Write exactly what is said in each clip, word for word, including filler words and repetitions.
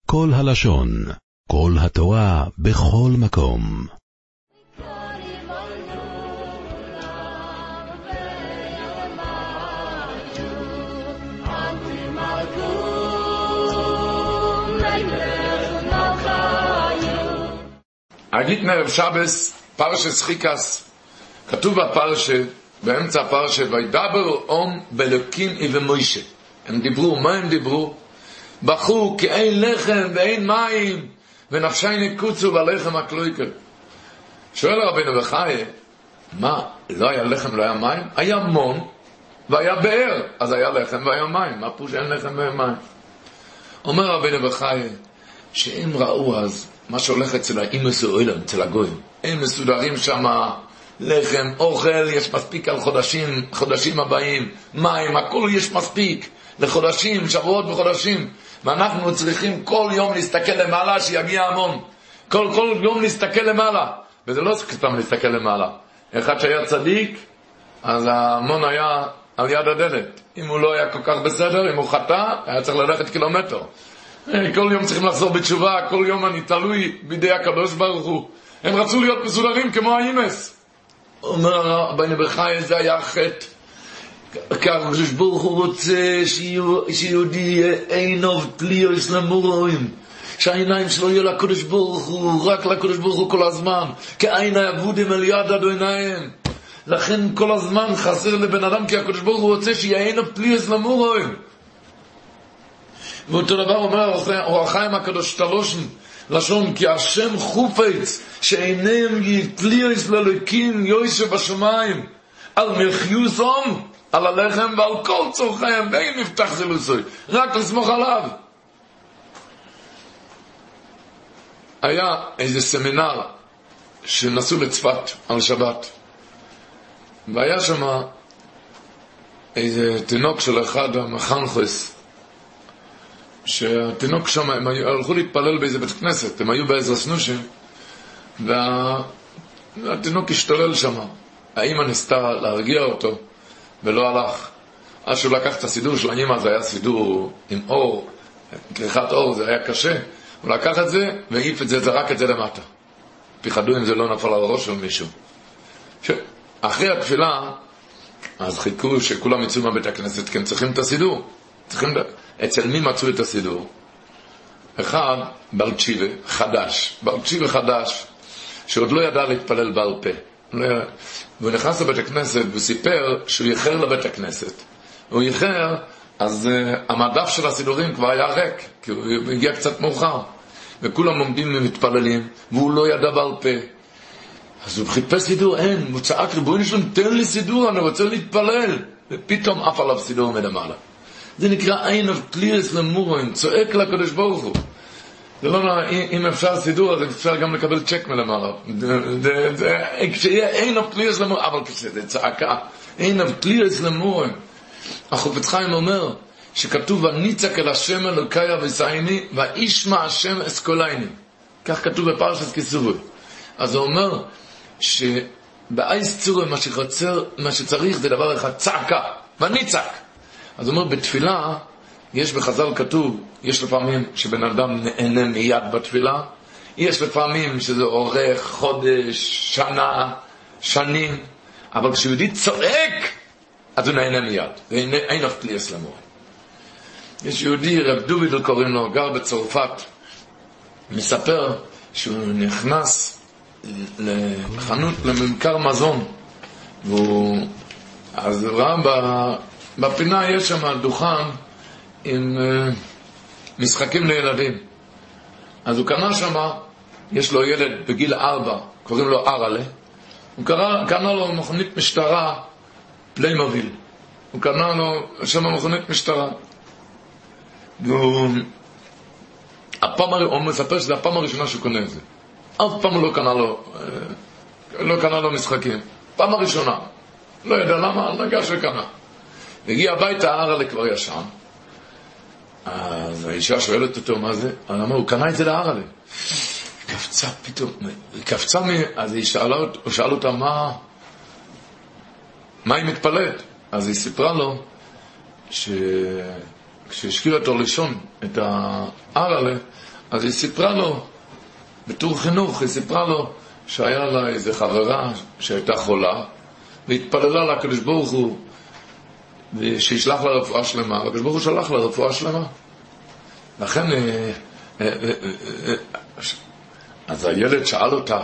כל הלשון, כל התורה, בכל מקום. אגיד מערב שבס, פרשת חיקס, כתוב בפרשה, באמצע הפרשה, וידבר אום באלוקים ובמוישה. הם דיברו, מה הם דיברו? בכו כי אין לחם ואין מים, ונפשי נקוצו בלחם הקלויקר. שואל רבינו בחיי, מה, לא היה לחם, לא היה מים? היה מון, והיה באר, אז היה לחם והיה מים. מה פוש אין לחם ואין מים? אומר רבינו בחיי, שהם ראו אז, מה שהולך אצל האימוס האוילם, אצל הגויים, הם מסודרים שם, לחם, אוכל, יש מספיק על חודשים, חודשים הבאים, מים, הכל יש מספיק, לחודשים, שבועות וחודשים, ואנחנו צריכים כל יום להסתכל למעלה, שיגיע המון, כל, כל יום להסתכל למעלה, וזה לא סתם להסתכל למעלה, אחד שהיה צדיק, אז המון היה על יד הדלת, אם הוא לא היה כל כך בסדר, אם הוא חטא, היה צריך ללכת קילומטר, כל יום צריכים לחזור בתשובה, כל יום אני תלוי בידי הקדוש ברוך הוא. הם רצו להיות מסודרים כמו האימס. אומר רבינו בחיי, זה היה חטא. הקדוש ברוך הוא רוצה שיהודי עיניו תלויות למורים. שהעיניים שלו יהיו לקדוש ברוך הוא, רק לקדוש ברוך הוא כל הזמן. כעין העבודים אל יד אדוניהם. לכן כל הזמן חסר לבן אדם, כי הקדוש ברוך הוא רוצה שיהיה עיניו תלויות למורים. ואותו דבר אומר אור החיים הקדוש תלושן לשון כי השם חופץ שעיניהם יתליוס ללוקים יושב בשמיים על מחיוסם על הלחם ועל כל צורכיהם ואין נפתח זלוסוי רק לסמוך עליו. היה איזה סמינר שנסעו לצפת על שבת והיה שם איזה תינוק של אחד המחנכס שהתינוק שם, הם הלכו להתפלל באיזה בית כנסת, הם היו בעזר סנושים, וה... והתינוק השתולל שם. האמא ניסתה להרגיע אותו, ולא הלך. אז שהוא לקח את הסידור של האמא, זה היה סידור עם אור, כריכת אור, זה היה קשה. הוא לקח את זה, והעיף את זה, זרק את זה למטה. פיחדו אם זה לא נפל על הראש של מישהו. ש... אחרי התפילה, אז חיכו שכולם יצאו מהבית הכנסת, כי הם צריכים את הסידור. צריכים... אצל מי מצאו את הסידור? אחד, בעל תשיבה, חדש. בעל תשיבה חדש, שעוד לא ידע להתפלל בעל פה. והוא נכנס לבית הכנסת וסיפר שהוא יחר לבית הכנסת. הוא יחר, אז uh, המדף של הסידורים כבר היה ריק, כי הוא הגיע קצת מאוחר. וכולם עומדים ומתפללים, והוא לא ידע בעל פה. אז הוא חיפש סידור, אין, הוא צעק, ריבונו שלום, תן לי סידור, אני רוצה להתפלל. ופתאום אף עליו סידור מדמעלה. זה נקרא עין תלויות למורים, צועק לקדוש ברוך הוא. זה לא, אם אפשר סידור, אז אפשר גם לקבל צ'ק מלמעלה. כשיהיה עין תלויות למורים, אבל כשזה צעקה, עין תלויות למורים. החפץ חיים אומר, שכתוב, וניצק אל השם אלוקי אביסייני, וישמע השם אסקולייני. כך כתוב בפרשת כיסורי. אז הוא אומר, שבאייס צורי, מה שחצר, מה שצריך, זה דבר אחד, צעקה, וניצק. אז הוא אומר, בתפילה, יש בחז"ל כתוב, יש לפעמים שבן אדם נהנה מיד בתפילה, יש לפעמים שזה אורך חודש, שנה, שנים, אבל כשיהודי צועק, אז הוא נהנה מיד, ואין אף תלויות למורים. יש יהודי, רב דובידל קוראים לו, גר בצרפת, מספר שהוא נכנס לחנות, לממכר מזון, והוא, אז ראה ב... בפינה יש שם דוכן עם uh, משחקים לילדים. אז הוא קנה שם, יש לו ילד בגיל ארבע, קוראים לו ארלה. הוא קנה, קנה לו מכונית משטרה, פליימוביל. הוא קנה לו שם מכונית משטרה. והוא... הפעם, הוא מספר שזה הפעם הראשונה שהוא קונה את זה. אף פעם הוא לא קנה לו, לא קנה לו משחקים. פעם הראשונה. לא יודע למה, נגע שקנה. הגיע הביתה, הארלה כבר ישן. אז האישה שואלת אותו מה זה, אני אומר, הוא קנה את זה לארלה. קפצה פתאום, היא קפצה, אז היא שאלה, הוא שאל אותה מה, מה היא מתפלאת. אז היא סיפרה לו, שכשהשקיע אותו לישון את הארלה, אז היא סיפרה לו, בתור חינוך, היא סיפרה לו שהיה לה איזו חברה שהייתה חולה, והתפללה לקדוש ברוך הוא, שישלח לה רפואה שלמה, והקדוש ברוך הוא שלח לה רפואה שלמה. לכן, אז הילד שאל אותה,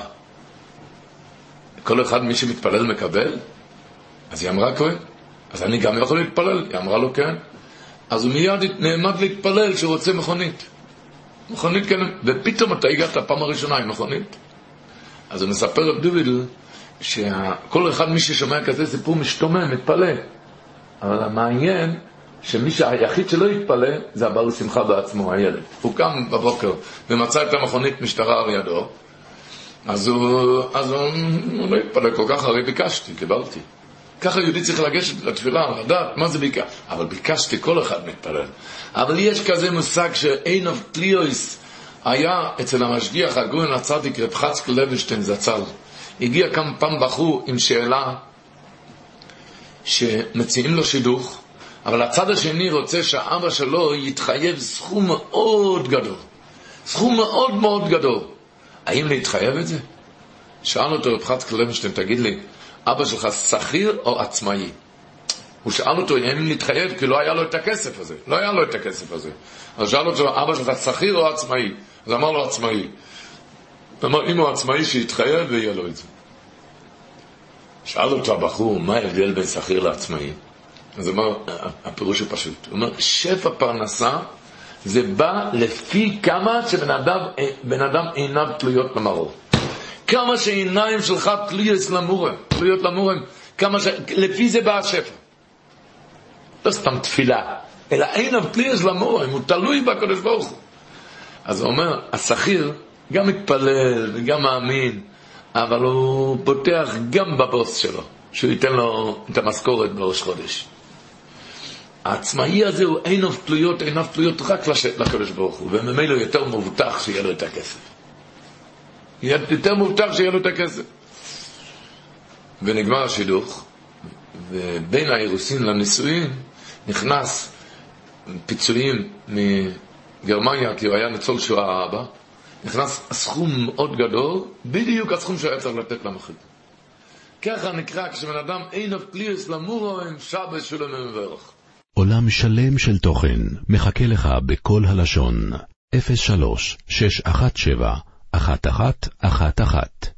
כל אחד מי שמתפלל מקבל? אז היא אמרה כן. אז אני גם יכול להתפלל? היא אמרה לו כן. אז הוא מיד נעמד להתפלל שהוא רוצה מכונית. מכונית כן, ופתאום אתה הגעת הפעם הראשונה עם מכונית. אז הוא מספר רב דוד שכל אחד מי ששומע כזה סיפור משתומם, מתפלא. אבל המעניין שמי שהיחיד שלא יתפלא זה הבעל שמחה בעצמו, הילד. הוא קם בבוקר ומצא את המכונית משטרה על ידו, אז הוא, אז הוא, הוא לא יתפלא כל כך, הרי ביקשתי, קיבלתי. ככה יהודי צריך לגשת לתפילה, לדעת מה זה ביקש. אבל ביקשתי, כל אחד מתפלל. אבל יש כזה מושג שאין אוף תליוס היה אצל המשגיח הגאון הצדיק רב חצקאל לוינשטיין זצ"ל. הגיע כמה פעם בחור עם שאלה שמציעים לו שידוך, אבל הצד השני רוצה שהאבא שלו יתחייב סכום מאוד גדול. סכום מאוד מאוד גדול. האם להתחייב את זה? שאל אותו רב חצקאל לוינשטיין, תגיד לי, אבא שלך שכיר או עצמאי? הוא שאל אותו אם להתחייב, כי לא היה לו את הכסף הזה. לא היה לו את הכסף הזה. אז שאל אותו, אבא שלך שכיר או עצמאי? אז אמר לו עצמאי. אמר, אם הוא עצמאי שיתחייב ויהיה לו את זה. שאל אותו הבחור, מה ההבדל בין שכיר לעצמאי? אז אמר, הפירוש הוא פשוט. הוא אומר, שפע פרנסה, זה בא לפי כמה שבן אדם, בן אדם עיניו תלויות למרור. כמה שעיניים שלך תלויות למורם, תלויות למורם, כמה ש... לפי זה בא השפע. לא סתם תפילה, אלא עיניו תלויות למורם, הוא תלוי בקדוש ברוך הוא. אז הוא אומר, השכיר גם מתפלל וגם מאמין, אבל הוא פותח גם בבוס שלו, שהוא ייתן לו את המשכורת בראש חודש. העצמאי הזה הוא עיניו תלויות, עיניו תלויות רק לקדוש ברוך הוא, וממילא יותר מובטח שיהיה לו את הכסף. יותר מובטח שיהיה לו את הכסף. ונגמר השידוך, ובין האירוסין לנישואין נכנס פיצויים מגרמניה, כי הוא היה ניצול שואה האבא, נכנס סכום מאוד גדול, בדיוק הסכום שהיה צריך לתת למחית. ככה נקרא כשבן אדם אין אפליאס למורו עם שבס שלו ממברך. עולם שלם של תוכן מחכה לך בכל הלשון. אפס שלוש שש אחת שבע אחת אחת אחת אחת